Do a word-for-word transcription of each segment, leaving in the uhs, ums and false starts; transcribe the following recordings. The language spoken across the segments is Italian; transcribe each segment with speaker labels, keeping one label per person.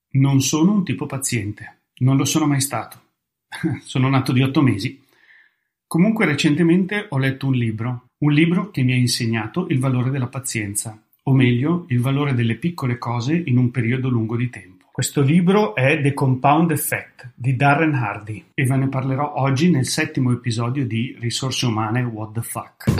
Speaker 1: Non sono un tipo paziente, non lo sono mai stato. Sono nato di otto mesi. Comunque recentemente ho letto un libro, un libro che mi ha insegnato il valore della pazienza, o meglio, il valore delle piccole cose in un periodo lungo di tempo. Questo libro è The Compound Effect di Darren Hardy e ve ne parlerò oggi nel settimo episodio di Risorse Umane What the Fuck.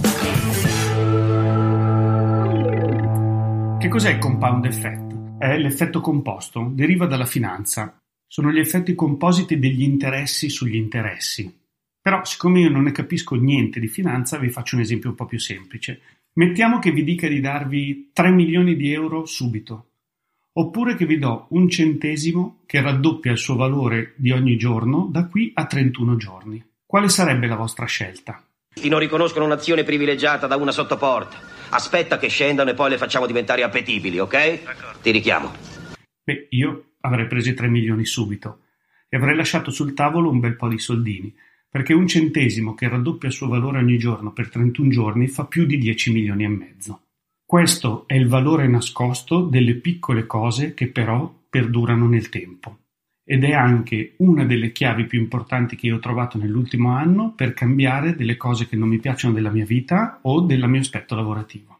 Speaker 1: Che cos'è il Compound Effect? È l'effetto composto, deriva dalla finanza. Sono gli effetti compositi degli interessi sugli interessi. Però, siccome io non ne capisco niente di finanza, vi faccio un esempio un po' più semplice. Mettiamo che vi dica di darvi tre milioni di euro subito, oppure che vi do un centesimo che raddoppia il suo valore di ogni giorno da qui a trentuno giorni. Quale sarebbe la vostra scelta?
Speaker 2: Non riconoscono un'azione privilegiata da una sottoporta. Aspetta che scendano e poi le facciamo diventare appetibili, ok? D'accordo. Ti richiamo.
Speaker 1: Beh, io avrei preso i tre milioni subito e avrei lasciato sul tavolo un bel po' di soldini, perché un centesimo che raddoppia il suo valore ogni giorno per trentuno giorni fa più di dieci milioni e mezzo. Questo è il valore nascosto delle piccole cose che però perdurano nel tempo. Ed è anche una delle chiavi più importanti che io ho trovato nell'ultimo anno per cambiare delle cose che non mi piacciono della mia vita o del mio aspetto lavorativo.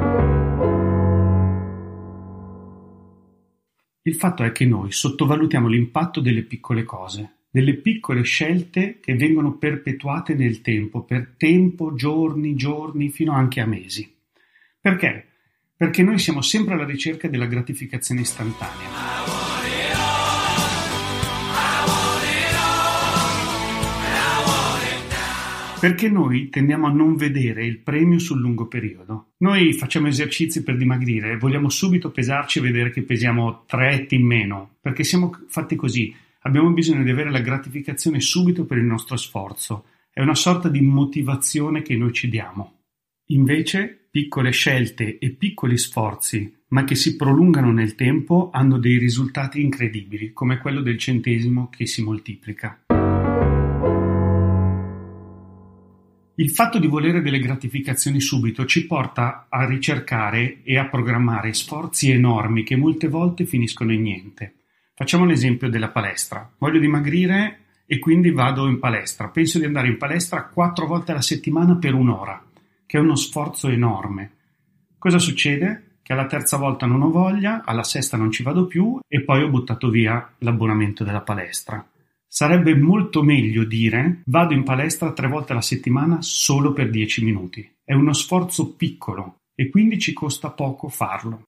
Speaker 1: Il fatto è che noi sottovalutiamo l'impatto delle piccole cose, delle piccole scelte che vengono perpetuate nel tempo, per tempo, giorni, giorni, fino anche a mesi. Perché? Perché noi siamo sempre alla ricerca della gratificazione istantanea. Perché noi tendiamo a non vedere il premio sul lungo periodo. Noi facciamo esercizi per dimagrire e vogliamo subito pesarci e vedere che pesiamo tre etti in meno, perché siamo fatti così. Abbiamo bisogno di avere la gratificazione subito per il nostro sforzo. È una sorta di motivazione che noi ci diamo. Invece, piccole scelte e piccoli sforzi, ma che si prolungano nel tempo, hanno dei risultati incredibili, come quello del centesimo che si moltiplica. Il fatto di volere delle gratificazioni subito ci porta a ricercare e a programmare sforzi enormi che molte volte finiscono in niente. Facciamo l'esempio della palestra. Voglio dimagrire e quindi vado in palestra. Penso di andare in palestra quattro volte alla settimana per un'ora, che è uno sforzo enorme. Cosa succede? Che alla terza volta non ho voglia, alla sesta non ci vado più e poi ho buttato via l'abbonamento della palestra. Sarebbe molto meglio dire vado in palestra tre volte alla settimana solo per dieci minuti. È uno sforzo piccolo e quindi ci costa poco farlo.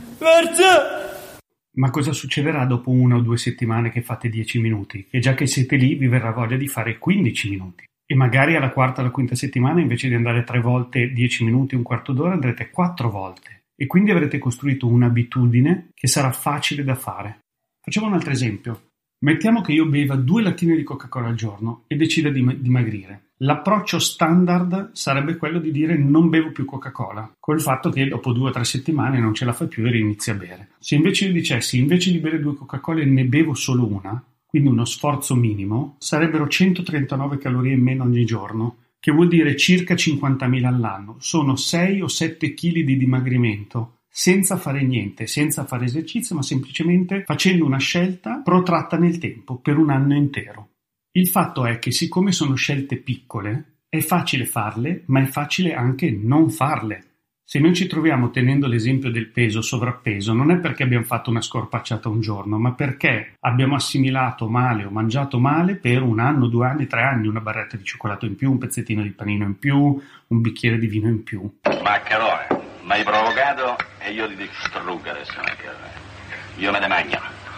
Speaker 1: Forza! Ma cosa succederà dopo una o due settimane che fate dieci minuti? Che già che siete lì vi verrà voglia di fare quindici minuti. E magari alla quarta o alla quinta settimana invece di andare tre volte dieci minuti, un quarto d'ora, andrete quattro volte. E quindi avrete costruito un'abitudine che sarà facile da fare. Facciamo un altro esempio. Mettiamo che io beva due lattine di Coca-Cola al giorno e decida di dimagrire. L'approccio standard sarebbe quello di dire non bevo più Coca-Cola, col fatto che dopo due o tre settimane non ce la fai più e rinizi a bere. Se invece io dicessi invece di bere due Coca-Cola ne bevo solo una, quindi uno sforzo minimo, sarebbero centotrentanove calorie in meno ogni giorno, che vuol dire circa cinquantamila all'anno. Sono sei o sette chili di dimagrimento. Senza fare niente, senza fare esercizio, ma semplicemente facendo una scelta protratta nel tempo, per un anno intero. Il fatto è che siccome sono scelte piccole, è facile farle, ma è facile anche non farle. Se noi ci troviamo tenendo l'esempio del peso, sovrappeso, non è perché abbiamo fatto una scorpacciata un giorno, ma perché abbiamo assimilato male o mangiato male per un anno, due anni, tre anni, una barretta di cioccolato in più, un pezzettino di panino in più, un bicchiere di vino in più.
Speaker 3: Maccherone, mi hai provocato e io ti distruggo adesso, Maccherone. Io me ne mangio.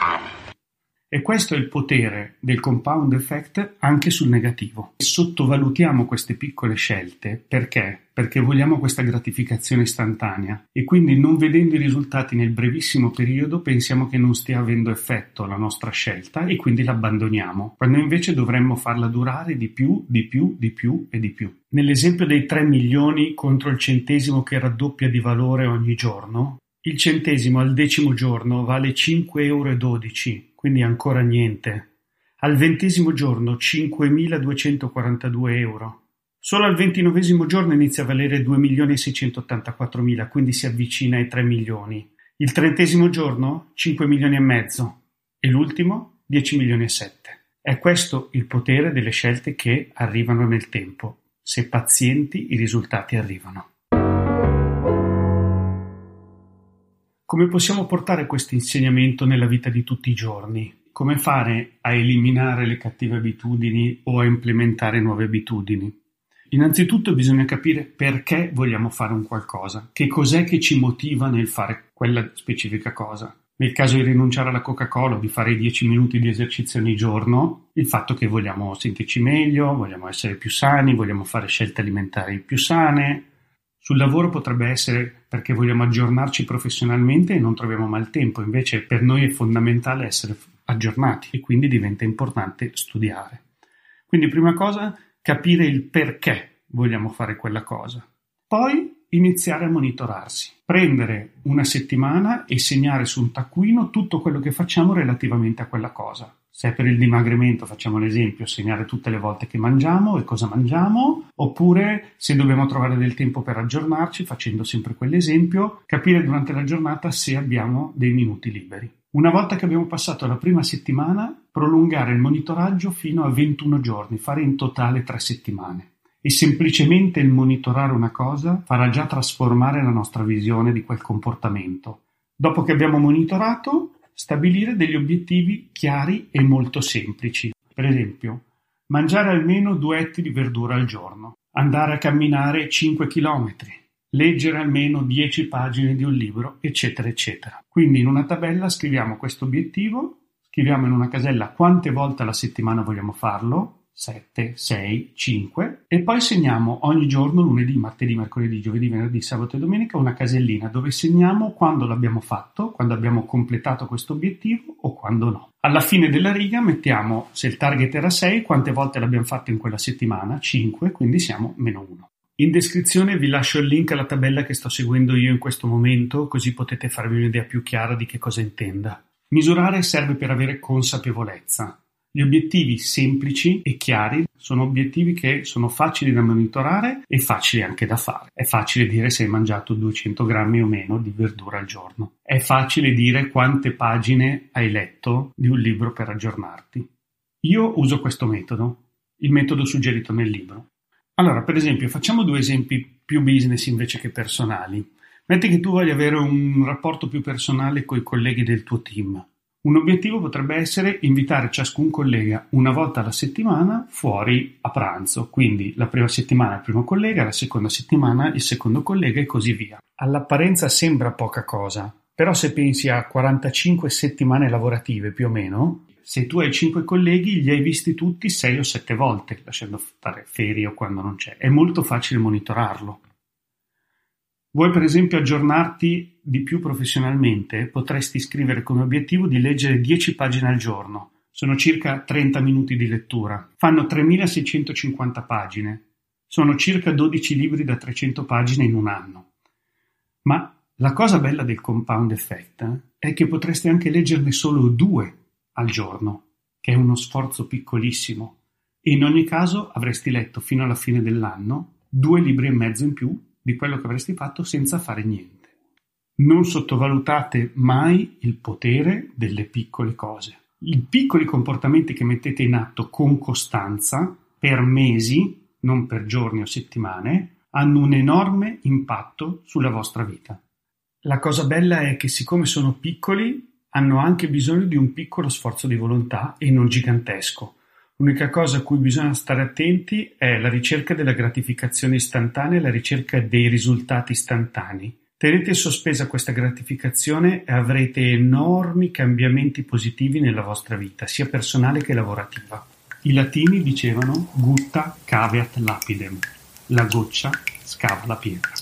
Speaker 1: E questo è il potere del compound effect anche sul negativo. Sottovalutiamo queste piccole scelte perché? Perché vogliamo questa gratificazione istantanea e quindi non vedendo i risultati nel brevissimo periodo pensiamo che non stia avendo effetto la nostra scelta e quindi l'abbandoniamo, quando invece dovremmo farla durare di più, di più, di più e di più. Nell'esempio dei tre milioni contro il centesimo che raddoppia di valore ogni giorno, il centesimo al decimo giorno vale cinque virgola dodici euro, quindi ancora niente. Al ventesimo giorno cinquemiladuecentoquarantadue euro. Solo al ventinovesimo giorno inizia a valere due milioni seicentottantaquattromila, quindi si avvicina ai tre milioni. Il trentesimo giorno cinque milioni e mezzo e l'ultimo dieci milioni e sette. È questo il potere delle scelte che arrivano nel tempo. Se pazienti, i risultati arrivano. Come possiamo portare questo insegnamento nella vita di tutti i giorni? Come fare a eliminare le cattive abitudini o a implementare nuove abitudini? Innanzitutto bisogna capire perché vogliamo fare un qualcosa, che cos'è che ci motiva nel fare quella specifica cosa. Nel caso di rinunciare alla Coca-Cola o di fare dieci minuti di esercizio ogni giorno, il fatto che vogliamo sentirci meglio, vogliamo essere più sani, vogliamo fare scelte alimentari più sane. Sul lavoro potrebbe essere perché vogliamo aggiornarci professionalmente e non troviamo mai il tempo, invece per noi è fondamentale essere aggiornati e quindi diventa importante studiare. Quindi prima cosa, capire il perché vogliamo fare quella cosa. Poi iniziare a monitorarsi, prendere una settimana e segnare su un taccuino tutto quello che facciamo relativamente a quella cosa. Se è per il dimagrimento, facciamo l'esempio, segnare tutte le volte che mangiamo e cosa mangiamo, oppure se dobbiamo trovare del tempo per aggiornarci, facendo sempre quell'esempio, capire durante la giornata se abbiamo dei minuti liberi. Una volta che abbiamo passato la prima settimana, prolungare il monitoraggio fino a ventuno giorni, fare in totale tre settimane. E semplicemente il monitorare una cosa farà già trasformare la nostra visione di quel comportamento. Dopo che abbiamo monitorato, stabilire degli obiettivi chiari e molto semplici. Per esempio, mangiare almeno due etti di verdura al giorno, andare a camminare cinque chilometri, leggere almeno dieci pagine di un libro, eccetera, eccetera. Quindi in una tabella scriviamo questo obiettivo, scriviamo in una casella quante volte alla settimana vogliamo farlo, sette, sei, cinque, e poi segniamo ogni giorno, lunedì, martedì, mercoledì, giovedì, venerdì, sabato e domenica, una casellina dove segniamo quando l'abbiamo fatto, quando abbiamo completato questo obiettivo o quando no. Alla fine della riga mettiamo, se il target era sei, quante volte l'abbiamo fatto in quella settimana, cinque, quindi siamo meno uno. In descrizione vi lascio il link alla tabella che sto seguendo io in questo momento, così potete farvi un'idea più chiara di che cosa intenda. Misurare serve per avere consapevolezza. Gli obiettivi semplici e chiari sono obiettivi che sono facili da monitorare e facili anche da fare. È facile dire se hai mangiato duecento grammi o meno di verdura al giorno. È facile dire quante pagine hai letto di un libro per aggiornarti. Io uso questo metodo, il metodo suggerito nel libro. Allora, per esempio, facciamo due esempi più business invece che personali. Metti che tu voglia avere un rapporto più personale con i colleghi del tuo team. Un obiettivo potrebbe essere invitare ciascun collega una volta alla settimana fuori a pranzo, quindi la prima settimana il primo collega, la seconda settimana il secondo collega e così via. All'apparenza sembra poca cosa, però se pensi a quarantacinque settimane lavorative più o meno, se tu hai cinque colleghi li hai visti tutti sei o sette volte, lasciando stare ferie o quando non c'è. È molto facile monitorarlo. Vuoi per esempio aggiornarti di più professionalmente? Potresti scrivere come obiettivo di leggere dieci pagine al giorno. Sono circa trenta minuti di lettura. Fanno tremilaseicentocinquanta pagine. Sono circa dodici libri da trecento pagine in un anno. Ma la cosa bella del compound effect è che potresti anche leggerne solo due al giorno, che è uno sforzo piccolissimo. E in ogni caso avresti letto fino alla fine dell'anno due libri e mezzo in più di quello che avresti fatto senza fare niente. Non sottovalutate mai il potere delle piccole cose. I piccoli comportamenti che mettete in atto con costanza, per mesi, non per giorni o settimane, hanno un enorme impatto sulla vostra vita. La cosa bella è che siccome sono piccoli, hanno anche bisogno di un piccolo sforzo di volontà e non gigantesco. L'unica cosa a cui bisogna stare attenti è la ricerca della gratificazione istantanea e la ricerca dei risultati istantanei. Tenete sospesa questa gratificazione e avrete enormi cambiamenti positivi nella vostra vita, sia personale che lavorativa. I latini dicevano gutta caveat lapidem, la goccia scava la pietra.